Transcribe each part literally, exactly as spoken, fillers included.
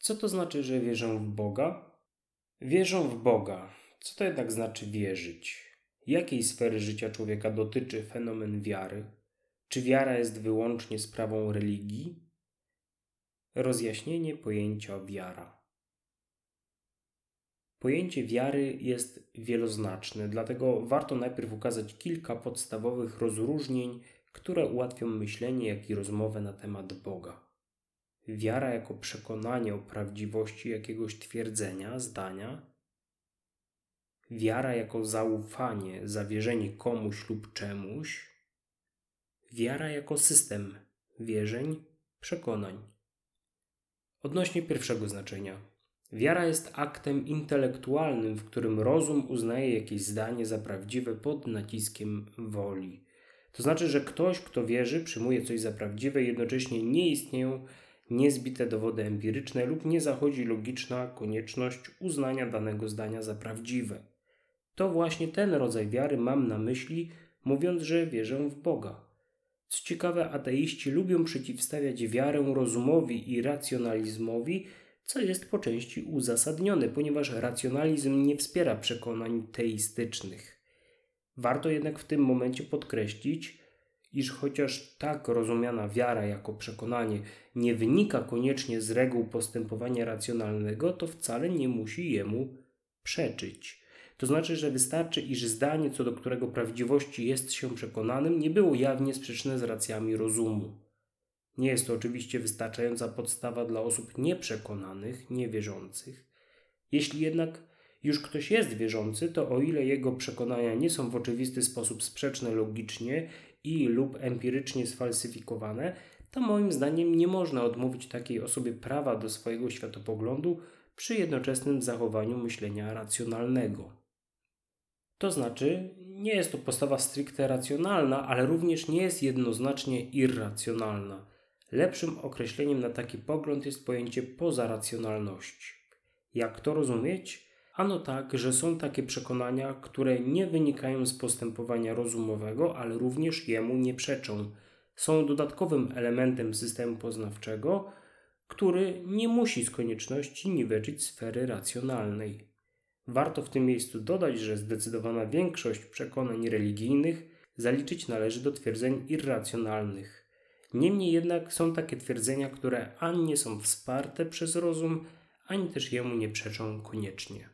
Co to znaczy, że wierzę w Boga? Wierzę w Boga. Co to jednak znaczy wierzyć? Jakiej sfery życia człowieka dotyczy fenomen wiary? Czy wiara jest wyłącznie sprawą religii? Rozjaśnienie pojęcia wiara. Pojęcie wiary jest wieloznaczne, dlatego warto najpierw ukazać kilka podstawowych rozróżnień, które ułatwią myślenie, jak i rozmowę na temat Boga. Wiara jako przekonanie o prawdziwości jakiegoś twierdzenia, zdania. Wiara jako zaufanie, zawierzenie komuś lub czemuś. Wiara jako system wierzeń, przekonań. Odnośnie pierwszego znaczenia. Wiara jest aktem intelektualnym, w którym rozum uznaje jakieś zdanie za prawdziwe pod naciskiem woli. To znaczy, że ktoś, kto wierzy, przyjmuje coś za prawdziwe i jednocześnie nie istnieją niezbite dowody empiryczne lub nie zachodzi logiczna konieczność uznania danego zdania za prawdziwe. To właśnie ten rodzaj wiary mam na myśli, mówiąc, że wierzę w Boga. Co ciekawe, ateiści lubią przeciwstawiać wiarę rozumowi i racjonalizmowi, co jest po części uzasadnione, ponieważ racjonalizm nie wspiera przekonań teistycznych. Warto jednak w tym momencie podkreślić, iż chociaż tak rozumiana wiara jako przekonanie nie wynika koniecznie z reguł postępowania racjonalnego, to wcale nie musi jemu przeczyć. To znaczy, że wystarczy, iż zdanie, co do którego prawdziwości jest się przekonanym, nie było jawnie sprzeczne z racjami rozumu. Nie jest to oczywiście wystarczająca podstawa dla osób nieprzekonanych, niewierzących. Jeśli jednak już ktoś jest wierzący, to o ile jego przekonania nie są w oczywisty sposób sprzeczne logicznie i lub empirycznie sfalsyfikowane, to moim zdaniem nie można odmówić takiej osobie prawa do swojego światopoglądu przy jednoczesnym zachowaniu myślenia racjonalnego. To znaczy, nie jest to postawa stricte racjonalna, ale również nie jest jednoznacznie irracjonalna. Lepszym określeniem na taki pogląd jest pojęcie pozaracjonalności. Jak to rozumieć? Ano tak, że są takie przekonania, które nie wynikają z postępowania rozumowego, ale również jemu nie przeczą. Są dodatkowym elementem systemu poznawczego, który nie musi z konieczności niweczyć sfery racjonalnej. Warto w tym miejscu dodać, że zdecydowana większość przekonań religijnych zaliczyć należy do twierdzeń irracjonalnych. Niemniej jednak są takie twierdzenia, które ani nie są wsparte przez rozum, ani też jemu nie przeczą koniecznie.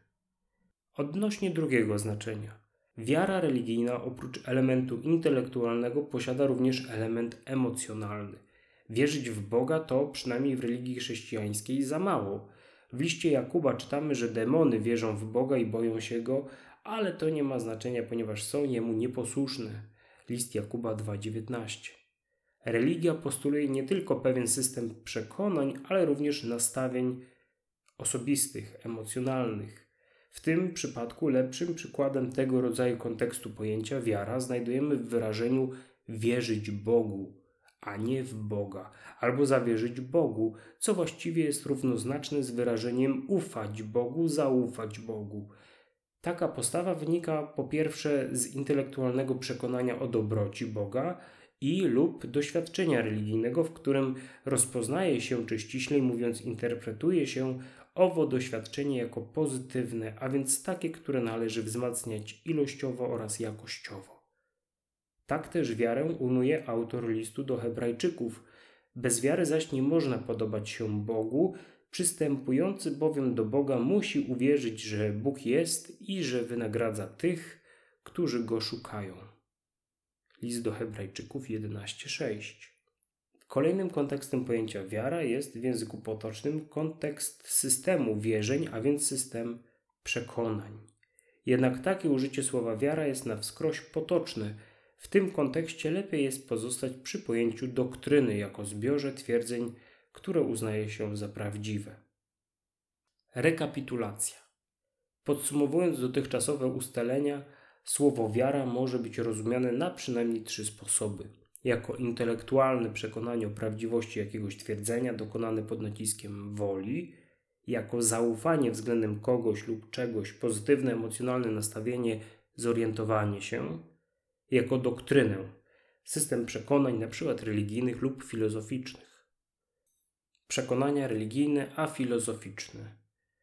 Odnośnie drugiego znaczenia. Wiara religijna oprócz elementu intelektualnego posiada również element emocjonalny. Wierzyć w Boga to, przynajmniej w religii chrześcijańskiej, za mało. W liście Jakuba czytamy, że demony wierzą w Boga i boją się Go, ale to nie ma znaczenia, ponieważ są Jemu nieposłuszne. List Jakuba dwa dziewiętnaście. Religia postuluje nie tylko pewien system przekonań, ale również nastawień osobistych, emocjonalnych. W tym przypadku lepszym przykładem tego rodzaju kontekstu pojęcia wiara znajdujemy w wyrażeniu wierzyć Bogu, a nie w Boga, albo zawierzyć Bogu, co właściwie jest równoznaczne z wyrażeniem ufać Bogu, zaufać Bogu. Taka postawa wynika po pierwsze z intelektualnego przekonania o dobroci Boga i lub doświadczenia religijnego, w którym rozpoznaje się, czy ściślej mówiąc interpretuje się owo doświadczenie jako pozytywne, a więc takie, które należy wzmacniać ilościowo oraz jakościowo. Tak też wiarę ujmuje autor listu do Hebrajczyków. Bez wiary zaś nie można podobać się Bogu, przystępujący bowiem do Boga musi uwierzyć, że Bóg jest i że wynagradza tych, którzy Go szukają. List do Hebrajczyków jedenaście sześć. Kolejnym kontekstem pojęcia wiara jest w języku potocznym kontekst systemu wierzeń, a więc system przekonań. Jednak takie użycie słowa wiara jest na wskroś potoczne. W tym kontekście lepiej jest pozostać przy pojęciu doktryny jako zbiorze twierdzeń, które uznaje się za prawdziwe. Rekapitulacja. Podsumowując dotychczasowe ustalenia, słowo wiara może być rozumiane na przynajmniej trzy sposoby. Jako intelektualne przekonanie o prawdziwości jakiegoś twierdzenia dokonane pod naciskiem woli, jako zaufanie względem kogoś lub czegoś, pozytywne emocjonalne nastawienie, zorientowanie się, jako doktrynę, system przekonań np. religijnych lub filozoficznych. Przekonania religijne a filozoficzne.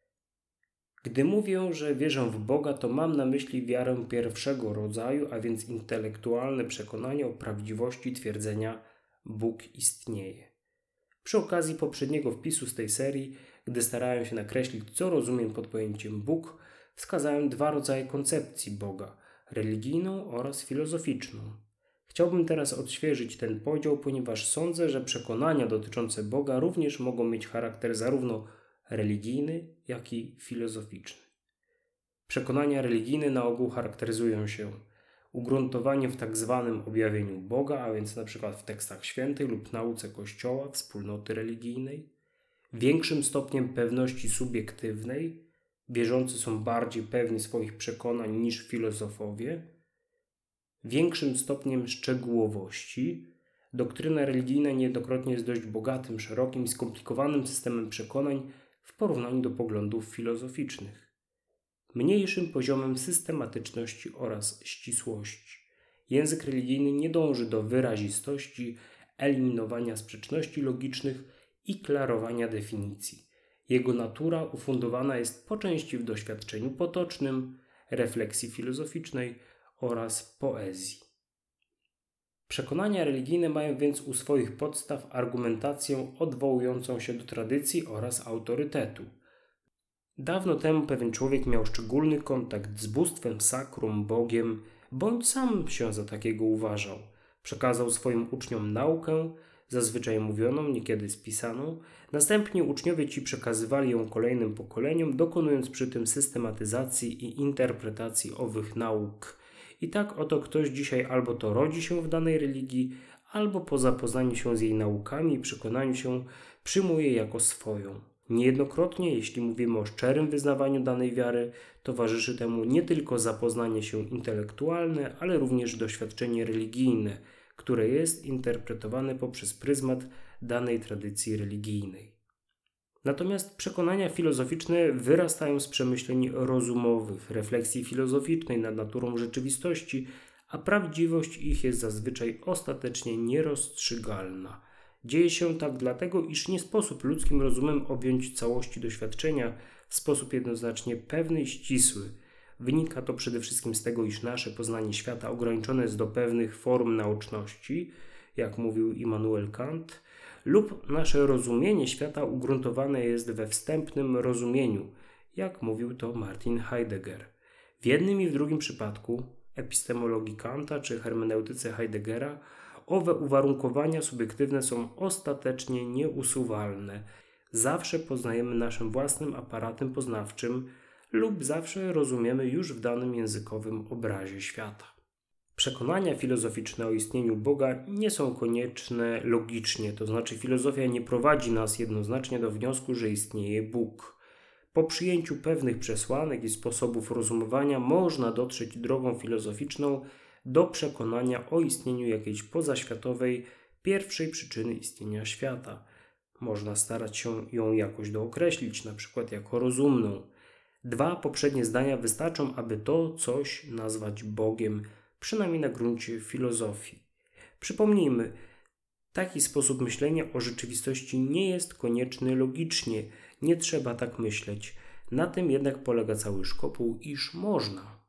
Gdy mówię, że wierzę w Boga, to mam na myśli wiarę pierwszego rodzaju, a więc intelektualne przekonanie o prawdziwości twierdzenia Bóg istnieje. Przy okazji poprzedniego wpisu z tej serii, gdy starałem się nakreślić, co rozumiem pod pojęciem Bóg, wskazałem dwa rodzaje koncepcji Boga – religijną oraz filozoficzną. Chciałbym teraz odświeżyć ten podział, ponieważ sądzę, że przekonania dotyczące Boga również mogą mieć charakter zarówno religijny, jak i filozoficzny. Przekonania religijne na ogół charakteryzują się ugruntowaniem w tak zwanym objawieniu Boga, a więc na przykład w tekstach świętych lub nauce Kościoła, wspólnoty religijnej, większym stopniem pewności subiektywnej, wierzący są bardziej pewni swoich przekonań niż filozofowie, większym stopniem szczegółowości. Doktryna religijna niejednokrotnie jest dość bogatym, szerokim i skomplikowanym systemem przekonań w porównaniu do poglądów filozoficznych. Mniejszym poziomem systematyczności oraz ścisłości. Język religijny nie dąży do wyrazistości, eliminowania sprzeczności logicznych i klarowania definicji. Jego natura ufundowana jest po części w doświadczeniu potocznym, refleksji filozoficznej oraz poezji. Przekonania religijne mają więc u swoich podstaw argumentację odwołującą się do tradycji oraz autorytetu. Dawno temu pewien człowiek miał szczególny kontakt z bóstwem sakrum, Bogiem, bądź sam się za takiego uważał. Przekazał swoim uczniom naukę, zazwyczaj mówioną, niekiedy spisaną. Następnie uczniowie ci przekazywali ją kolejnym pokoleniom, dokonując przy tym systematyzacji i interpretacji owych nauk. I tak oto ktoś dzisiaj albo to rodzi się w danej religii, albo po zapoznaniu się z jej naukami i przekonaniu się przyjmuje jako swoją. Niejednokrotnie, jeśli mówimy o szczerym wyznawaniu danej wiary, towarzyszy temu nie tylko zapoznanie się intelektualne, ale również doświadczenie religijne, które jest interpretowane poprzez pryzmat danej tradycji religijnej. Natomiast przekonania filozoficzne wyrastają z przemyśleń rozumowych, refleksji filozoficznej nad naturą rzeczywistości, a prawdziwość ich jest zazwyczaj ostatecznie nierozstrzygalna. Dzieje się tak dlatego, iż nie sposób ludzkim rozumem objąć całości doświadczenia w sposób jednoznacznie pewny i ścisły. Wynika to przede wszystkim z tego, iż nasze poznanie świata ograniczone jest do pewnych form naoczności, jak mówił Immanuel Kant, lub nasze rozumienie świata ugruntowane jest we wstępnym rozumieniu, jak mówił to Martin Heidegger. W jednym i w drugim przypadku, epistemologii Kanta czy hermeneutyce Heideggera, owe uwarunkowania subiektywne są ostatecznie nieusuwalne. Zawsze poznajemy naszym własnym aparatem poznawczym lub zawsze rozumiemy już w danym językowym obrazie świata. Przekonania filozoficzne o istnieniu Boga nie są konieczne logicznie, to znaczy filozofia nie prowadzi nas jednoznacznie do wniosku, że istnieje Bóg. Po przyjęciu pewnych przesłanek i sposobów rozumowania można dotrzeć drogą filozoficzną do przekonania o istnieniu jakiejś pozaświatowej pierwszej przyczyny istnienia świata. Można starać się ją jakoś dookreślić, na przykład jako rozumną. Dwa poprzednie zdania wystarczą, aby to coś nazwać Bogiem, przynajmniej na gruncie filozofii. Przypomnijmy, taki sposób myślenia o rzeczywistości nie jest konieczny logicznie, nie trzeba tak myśleć. Na tym jednak polega cały szkopuł, iż można.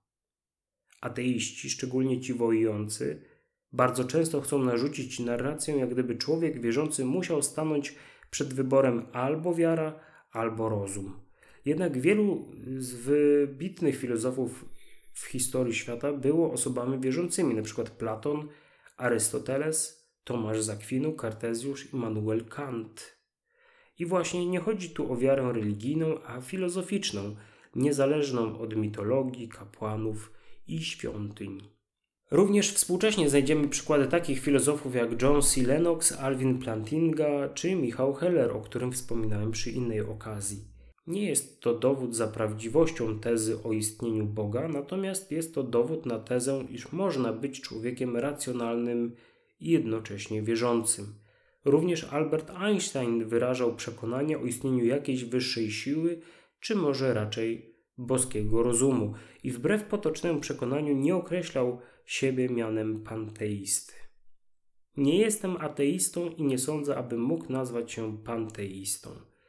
Ateiści, szczególnie ci wojujący, bardzo często chcą narzucić narrację, jak gdyby człowiek wierzący musiał stanąć przed wyborem albo wiara, albo rozum. Jednak wielu z wybitnych filozofów w historii świata było osobami wierzącymi, np. Platon, Arystoteles, Tomasz z Akwinu, Kartezjusz, Immanuel Kant. I właśnie nie chodzi tu o wiarę religijną, a filozoficzną, niezależną od mitologii, kapłanów i świątyń. Również współcześnie znajdziemy przykłady takich filozofów jak John C. Lennox, Alvin Plantinga czy Michał Heller, o którym wspominałem przy innej okazji. Nie jest to dowód za prawdziwością tezy o istnieniu Boga, natomiast jest to dowód na tezę, iż można być człowiekiem racjonalnym i jednocześnie wierzącym. Również Albert Einstein wyrażał przekonanie o istnieniu jakiejś wyższej siły, czy może raczej boskiego rozumu i wbrew potocznemu przekonaniu nie określał siebie mianem panteisty. Nie jestem ateistą i nie sądzę, abym mógł nazwać się panteistą.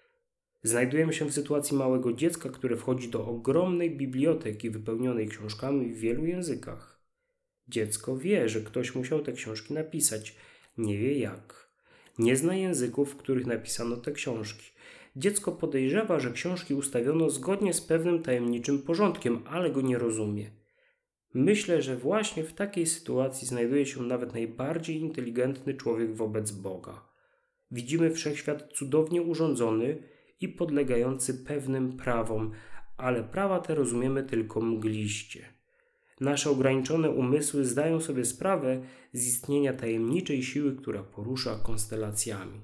Znajdujemy się w sytuacji małego dziecka, które wchodzi do ogromnej biblioteki wypełnionej książkami w wielu językach. Dziecko wie, że ktoś musiał te książki napisać. Nie wie jak. Nie zna języków, w których napisano te książki. Dziecko podejrzewa, że książki ustawiono zgodnie z pewnym tajemniczym porządkiem, ale go nie rozumie. Myślę, że właśnie w takiej sytuacji znajduje się nawet najbardziej inteligentny człowiek wobec Boga. Widzimy wszechświat cudownie urządzony i podlegający pewnym prawom, ale prawa te rozumiemy tylko mgliście. Nasze ograniczone umysły zdają sobie sprawę z istnienia tajemniczej siły, która porusza konstelacjami.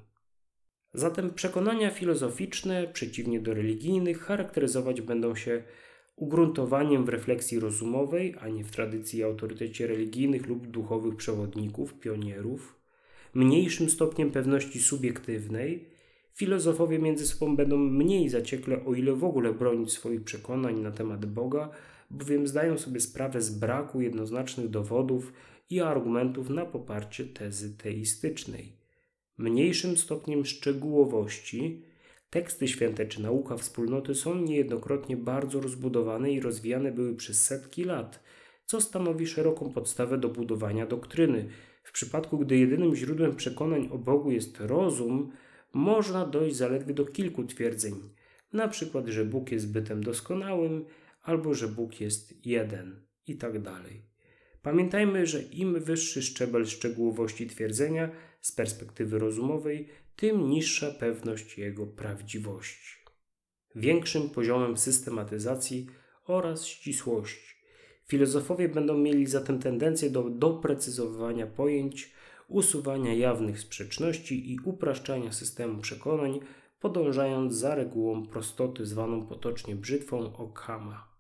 Zatem przekonania filozoficzne, przeciwnie do religijnych, charakteryzować będą się ugruntowaniem w refleksji rozumowej, a nie w tradycji i autorytecie religijnych lub duchowych przewodników, pionierów, mniejszym stopniem pewności subiektywnej. Filozofowie między sobą będą mniej zaciekle, o ile w ogóle bronić swoich przekonań na temat Boga, bowiem zdają sobie sprawę z braku jednoznacznych dowodów i argumentów na poparcie tezy teistycznej. Mniejszym stopniem szczegółowości teksty święte czy nauka wspólnoty są niejednokrotnie bardzo rozbudowane i rozwijane były przez setki lat, co stanowi szeroką podstawę do budowania doktryny. W przypadku, gdy jedynym źródłem przekonań o Bogu jest rozum, można dojść zaledwie do kilku twierdzeń, na przykład, że Bóg jest bytem doskonałym, albo że Bóg jest jeden i tak dalej. Pamiętajmy, że im wyższy szczebel szczegółowości twierdzenia z perspektywy rozumowej, tym niższa pewność jego prawdziwości. Większym poziomem systematyzacji oraz ścisłości. Filozofowie będą mieli zatem tendencję do doprecyzowywania pojęć, usuwania jawnych sprzeczności i upraszczania systemu przekonań, podążając za regułą prostoty zwaną potocznie brzytwą Ockhama.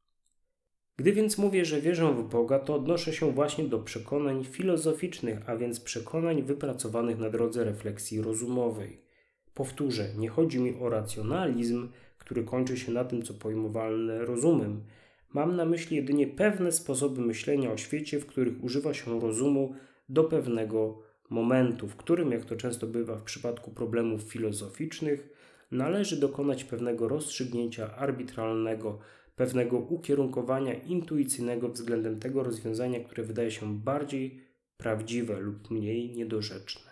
Gdy więc mówię, że wierzę w Boga, to odnoszę się właśnie do przekonań filozoficznych, a więc przekonań wypracowanych na drodze refleksji rozumowej. Powtórzę, nie chodzi mi o racjonalizm, który kończy się na tym, co pojmowalne rozumem. Mam na myśli jedynie pewne sposoby myślenia o świecie, w których używa się rozumu do pewnego momentu, w którym, jak to często bywa w przypadku problemów filozoficznych, należy dokonać pewnego rozstrzygnięcia arbitralnego, pewnego ukierunkowania intuicyjnego względem tego rozwiązania, które wydaje się bardziej prawdziwe lub mniej niedorzeczne.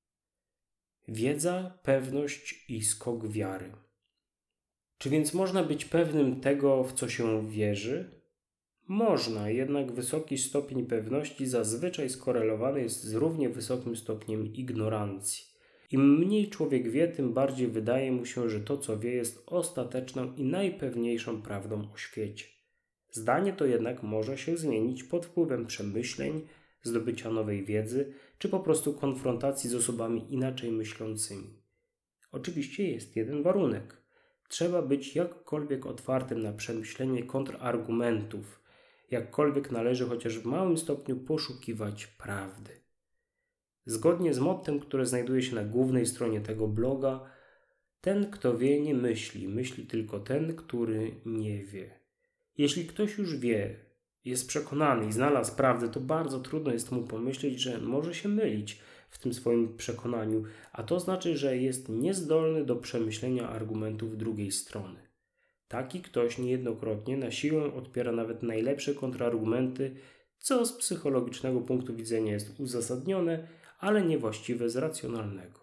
Wiedza, pewność i skok wiary. Czy więc można być pewnym tego, w co się wierzy? Można, jednak wysoki stopień pewności zazwyczaj skorelowany jest z równie wysokim stopniem ignorancji. Im mniej człowiek wie, tym bardziej wydaje mu się, że to, co wie, jest ostateczną i najpewniejszą prawdą o świecie. Zdanie to jednak może się zmienić pod wpływem przemyśleń, zdobycia nowej wiedzy, czy po prostu konfrontacji z osobami inaczej myślącymi. Oczywiście jest jeden warunek. Trzeba być jakkolwiek otwartym na przemyślenie kontrargumentów, jakkolwiek należy chociaż w małym stopniu poszukiwać prawdy. Zgodnie z mottem, które znajduje się na głównej stronie tego bloga, ten, kto wie, nie myśli, myśli tylko ten, który nie wie. Jeśli ktoś już wie, jest przekonany i znalazł prawdę, to bardzo trudno jest mu pomyśleć, że może się mylić w tym swoim przekonaniu, a to znaczy, że jest niezdolny do przemyślenia argumentów drugiej strony. Taki ktoś niejednokrotnie na siłę odpiera nawet najlepsze kontrargumenty, co z psychologicznego punktu widzenia jest uzasadnione, ale niewłaściwe z racjonalnego.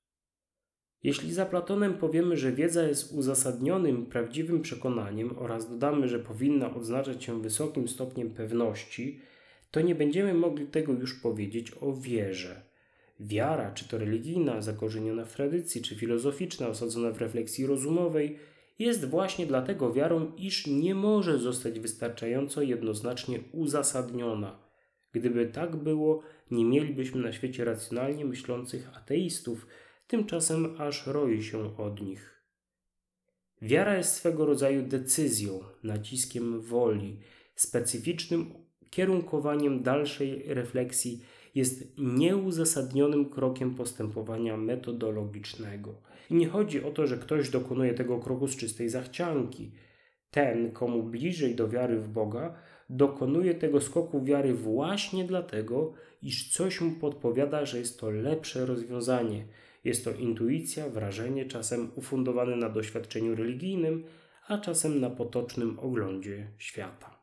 Jeśli za Platonem powiemy, że wiedza jest uzasadnionym, prawdziwym przekonaniem oraz dodamy, że powinna odznaczać się wysokim stopniem pewności, to nie będziemy mogli tego już powiedzieć o wierze. Wiara, czy to religijna, zakorzeniona w tradycji, czy filozoficzna, osadzona w refleksji rozumowej, jest właśnie dlatego wiarą, iż nie może zostać wystarczająco jednoznacznie uzasadniona. Gdyby tak było, nie mielibyśmy na świecie racjonalnie myślących ateistów, tymczasem aż roi się od nich. Wiara jest swego rodzaju decyzją, naciskiem woli, specyficznym kierunkowaniem dalszej refleksji, jest nieuzasadnionym krokiem postępowania metodologicznego. I nie chodzi o to, że ktoś dokonuje tego kroku z czystej zachcianki. Ten, komu bliżej do wiary w Boga, dokonuje tego skoku wiary właśnie dlatego, iż coś mu podpowiada, że jest to lepsze rozwiązanie. Jest to intuicja, wrażenie, czasem ufundowane na doświadczeniu religijnym, a czasem na potocznym oglądzie świata.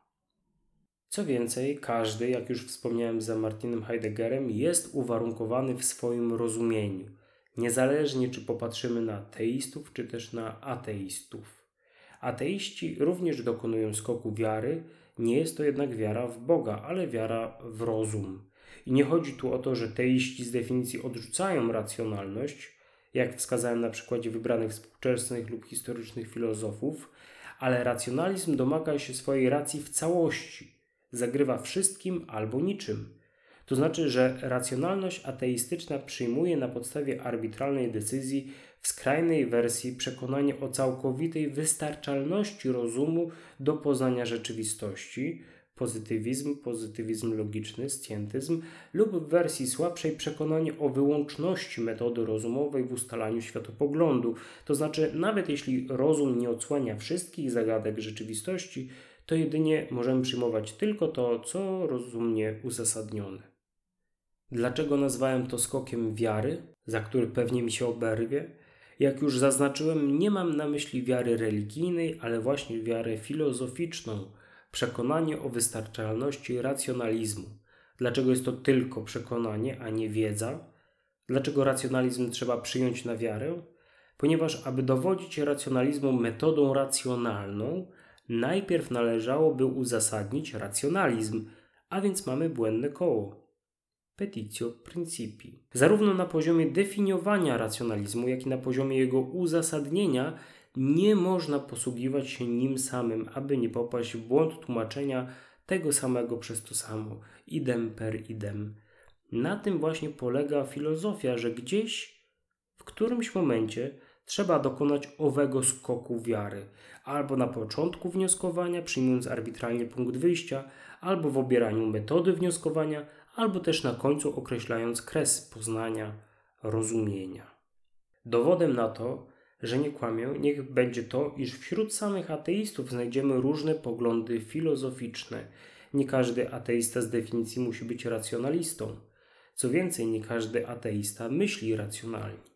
Co więcej, każdy, jak już wspomniałem za Martinem Heideggerem, jest uwarunkowany w swoim rozumieniu, niezależnie czy popatrzymy na teistów, czy też na ateistów. Ateiści również dokonują skoku wiary, nie jest to jednak wiara w Boga, ale wiara w rozum. I nie chodzi tu o to, że teiści z definicji odrzucają racjonalność, jak wskazałem na przykładzie wybranych współczesnych lub historycznych filozofów, ale racjonalizm domaga się swojej racji w całości, zagrywa wszystkim albo niczym. To znaczy, że racjonalność ateistyczna przyjmuje na podstawie arbitralnej decyzji w skrajnej wersji przekonanie o całkowitej wystarczalności rozumu do poznania rzeczywistości, pozytywizm, pozytywizm logiczny, scjentyzm, lub w wersji słabszej przekonanie o wyłączności metody rozumowej w ustalaniu światopoglądu. To znaczy, nawet jeśli rozum nie odsłania wszystkich zagadek rzeczywistości, to jedynie możemy przyjmować tylko to, co rozumnie uzasadnione. Dlaczego nazwałem to skokiem wiary, za który pewnie mi się oberwie? Jak już zaznaczyłem, nie mam na myśli wiary religijnej, ale właśnie wiarę filozoficzną, przekonanie o wystarczalności racjonalizmu. Dlaczego jest to tylko przekonanie, a nie wiedza? Dlaczego racjonalizm trzeba przyjąć na wiarę? Ponieważ aby dowodzić racjonalizmu metodą racjonalną, najpierw należałoby uzasadnić racjonalizm, a więc mamy błędne koło. Petitio principii. Zarówno na poziomie definiowania racjonalizmu, jak i na poziomie jego uzasadnienia nie można posługiwać się nim samym, aby nie popaść w błąd tłumaczenia tego samego przez to samo, idem per idem. Na tym właśnie polega filozofia, że gdzieś, w którymś momencie trzeba dokonać owego skoku wiary, albo na początku wnioskowania, przyjmując arbitralnie punkt wyjścia, albo w obieraniu metody wnioskowania, albo też na końcu określając kres poznania, rozumienia. Dowodem na to, że nie kłamię, niech będzie to, iż wśród samych ateistów znajdziemy różne poglądy filozoficzne. Nie każdy ateista z definicji musi być racjonalistą. Co więcej, nie każdy ateista myśli racjonalnie.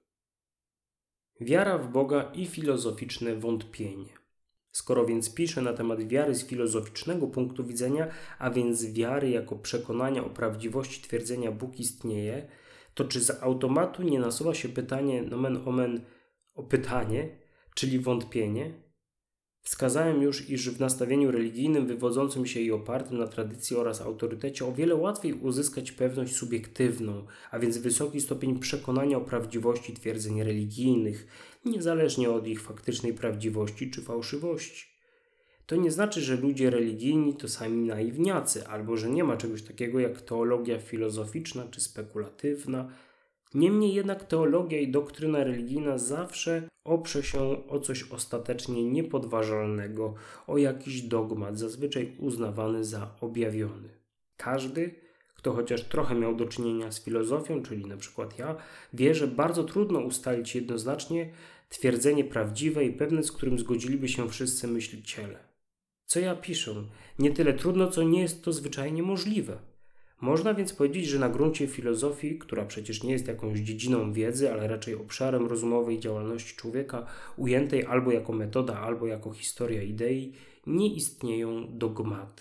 Wiara w Boga i filozoficzne wątpienie. Skoro więc piszę na temat wiary z filozoficznego punktu widzenia, a więc wiary jako przekonania o prawdziwości twierdzenia Bóg istnieje, to czy z automatu nie nasuwa się pytanie nomen omen o pytanie, czyli wątpienie? Wskazałem już, iż w nastawieniu religijnym wywodzącym się i opartym na tradycji oraz autorytecie o wiele łatwiej uzyskać pewność subiektywną, a więc wysoki stopień przekonania o prawdziwości twierdzeń religijnych, niezależnie od ich faktycznej prawdziwości czy fałszywości. To nie znaczy, że ludzie religijni to sami naiwniacy, albo że nie ma czegoś takiego jak teologia filozoficzna czy spekulatywna. Niemniej jednak teologia i doktryna religijna zawsze oprze się o coś ostatecznie niepodważalnego, o jakiś dogmat, zazwyczaj uznawany za objawiony. Każdy, kto chociaż trochę miał do czynienia z filozofią, czyli na przykład ja, wie, że bardzo trudno ustalić jednoznacznie twierdzenie prawdziwe i pewne, z którym zgodziliby się wszyscy myśliciele. Co ja piszę? Nie tyle trudno, co nie jest to zwyczajnie możliwe. Można więc powiedzieć, że na gruncie filozofii, która przecież nie jest jakąś dziedziną wiedzy, ale raczej obszarem rozumowej działalności człowieka, ujętej albo jako metoda, albo jako historia idei, nie istnieją dogmaty.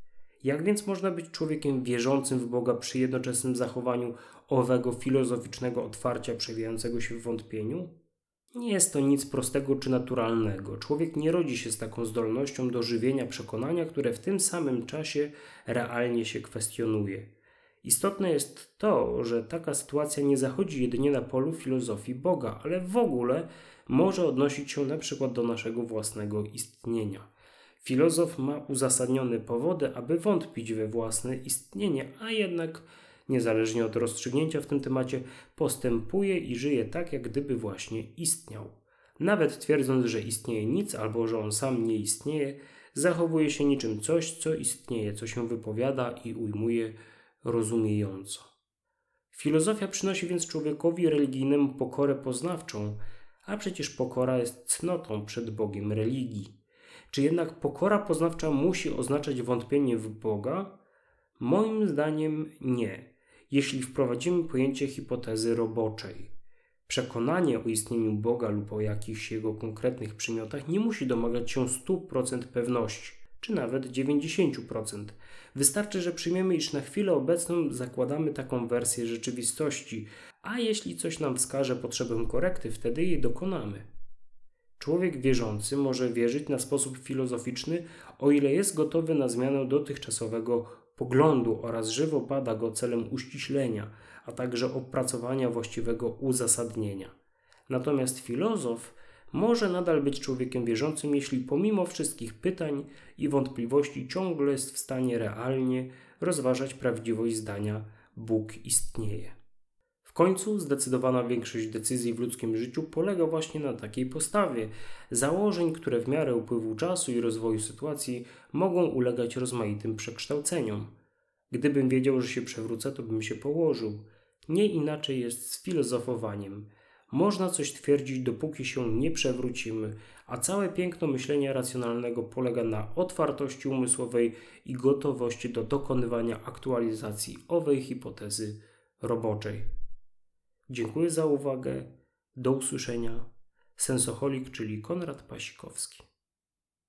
Jak więc można być człowiekiem wierzącym w Boga przy jednoczesnym zachowaniu owego filozoficznego otwarcia przewijającego się w wątpieniu? Nie jest to nic prostego czy naturalnego. Człowiek nie rodzi się z taką zdolnością do żywienia przekonania, które w tym samym czasie realnie się kwestionuje. Istotne jest to, że taka sytuacja nie zachodzi jedynie na polu filozofii Boga, ale w ogóle może odnosić się na przykład do naszego własnego istnienia. Filozof ma uzasadnione powody, aby wątpić we własne istnienie, a jednak niezależnie od rozstrzygnięcia w tym temacie, postępuje i żyje tak, jak gdyby właśnie istniał. Nawet twierdząc, że istnieje nic albo że on sam nie istnieje, zachowuje się niczym coś, co istnieje, co się wypowiada i ujmuje rozumiejąco. Filozofia przynosi więc człowiekowi religijnemu pokorę poznawczą, a przecież pokora jest cnotą przed Bogiem religii. Czy jednak pokora poznawcza musi oznaczać wątpienie w Boga? Moim zdaniem nie, jeśli wprowadzimy pojęcie hipotezy roboczej. Przekonanie o istnieniu Boga lub o jakichś jego konkretnych przymiotach nie musi domagać się stu procent pewności, czy nawet dziewięćdziesięciu procent. Wystarczy, że przyjmiemy, iż na chwilę obecną zakładamy taką wersję rzeczywistości, a jeśli coś nam wskaże potrzebę korekty, wtedy jej dokonamy. Człowiek wierzący może wierzyć na sposób filozoficzny, o ile jest gotowy na zmianę dotychczasowego poglądu oraz żywo bada go celem uściślenia, a także opracowania właściwego uzasadnienia. Natomiast filozof może nadal być człowiekiem wierzącym, jeśli pomimo wszystkich pytań i wątpliwości ciągle jest w stanie realnie rozważać prawdziwość zdania Bóg istnieje. W końcu zdecydowana większość decyzji w ludzkim życiu polega właśnie na takiej postawie założeń, które w miarę upływu czasu i rozwoju sytuacji mogą ulegać rozmaitym przekształceniom. Gdybym wiedział, że się przewrócę, to bym się położył. Nie inaczej jest z filozofowaniem. Można coś twierdzić, dopóki się nie przewrócimy, a całe piękno myślenia racjonalnego polega na otwartości umysłowej i gotowości do dokonywania aktualizacji owej hipotezy roboczej. Dziękuję za uwagę. Do usłyszenia. Sensoholik, czyli Konrad Pasikowski.